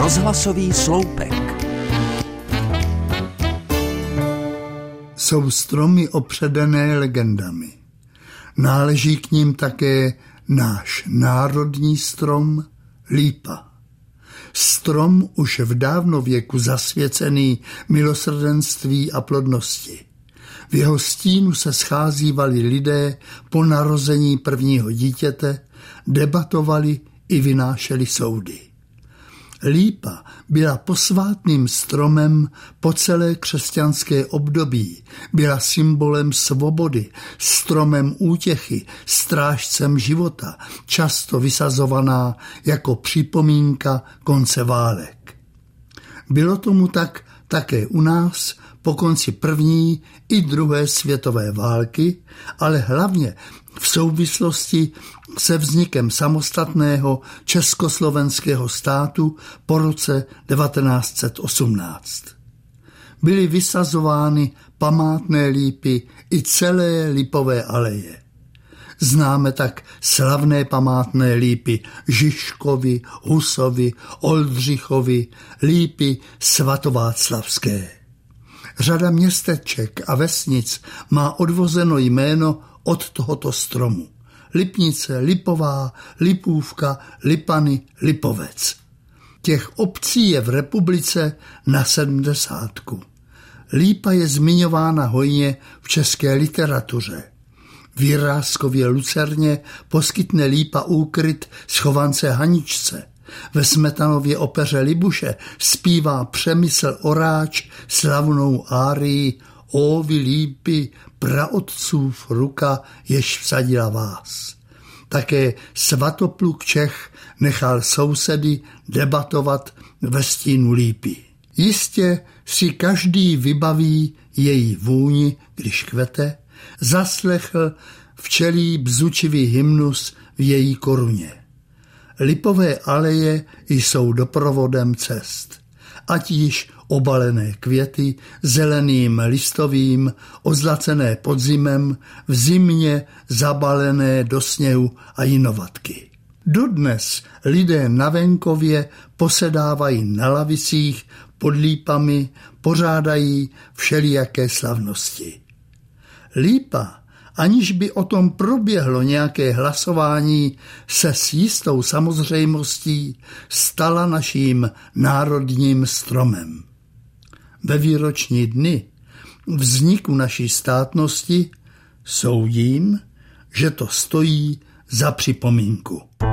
Rozhlasový sloupek. Jsou stromy opředené legendami. Náleží k nim také náš národní strom lípa. Strom už v dávnověku zasvěcený milosrdenství a plodnosti. V jeho stínu se scházívali lidé po narození prvního dítěte, debatovali i vynášeli soudy. Lípa byla posvátným stromem po celé křesťanské období, byla symbolem svobody, stromem útěchy, strážcem života, často vysazovaná jako připomínka konce válek. Bylo tomu tak také u nás po konci první i druhé světové války, ale hlavně v souvislosti se vznikem samostatného československého státu po roce 1918. Byly vysazovány památné lípy i celé lipové aleje. Známe tak slavné památné lípy Žižkovi, Husovi, Oldřichovi, lípy svatováclavské. Řada městeček a vesnic má odvozeno jméno od tohoto stromu. Lipnice, Lipová, Lipůvka, Lipany, Lipovec. Těch obcí je v republice na 70. Lípa je zmiňována hojně v české literatuře. V Jiráskově Lucerně poskytne lípa úkryt schovance Haničce. Ve Smetanově opeře Libuše zpívá Přemysl Oráč slavnou árii O vy lípy, praotcův ruka, jež vsadila vás. Také Svatopluk Čech nechal sousedy debatovat ve stínu lípy. Jistě si každý vybaví její vůni, když kvete, zaslechl včelí bzučivý hymnus v její koruně. Lipové aleje jsou doprovodem cest, ať již obalené květy, zeleným listovým, ozlacené podzimem, v zimě zabalené do sněhu a jinovatky. Dodnes lidé na venkově posedávají na lavicích pod lípami, pořádají všelijaké slavnosti. Lípa, aniž by o tom proběhlo nějaké hlasování, se s jistou samozřejmostí stala naším národním stromem. Ve výroční dny vzniku naší státnosti soudím, že to stojí za připomínku.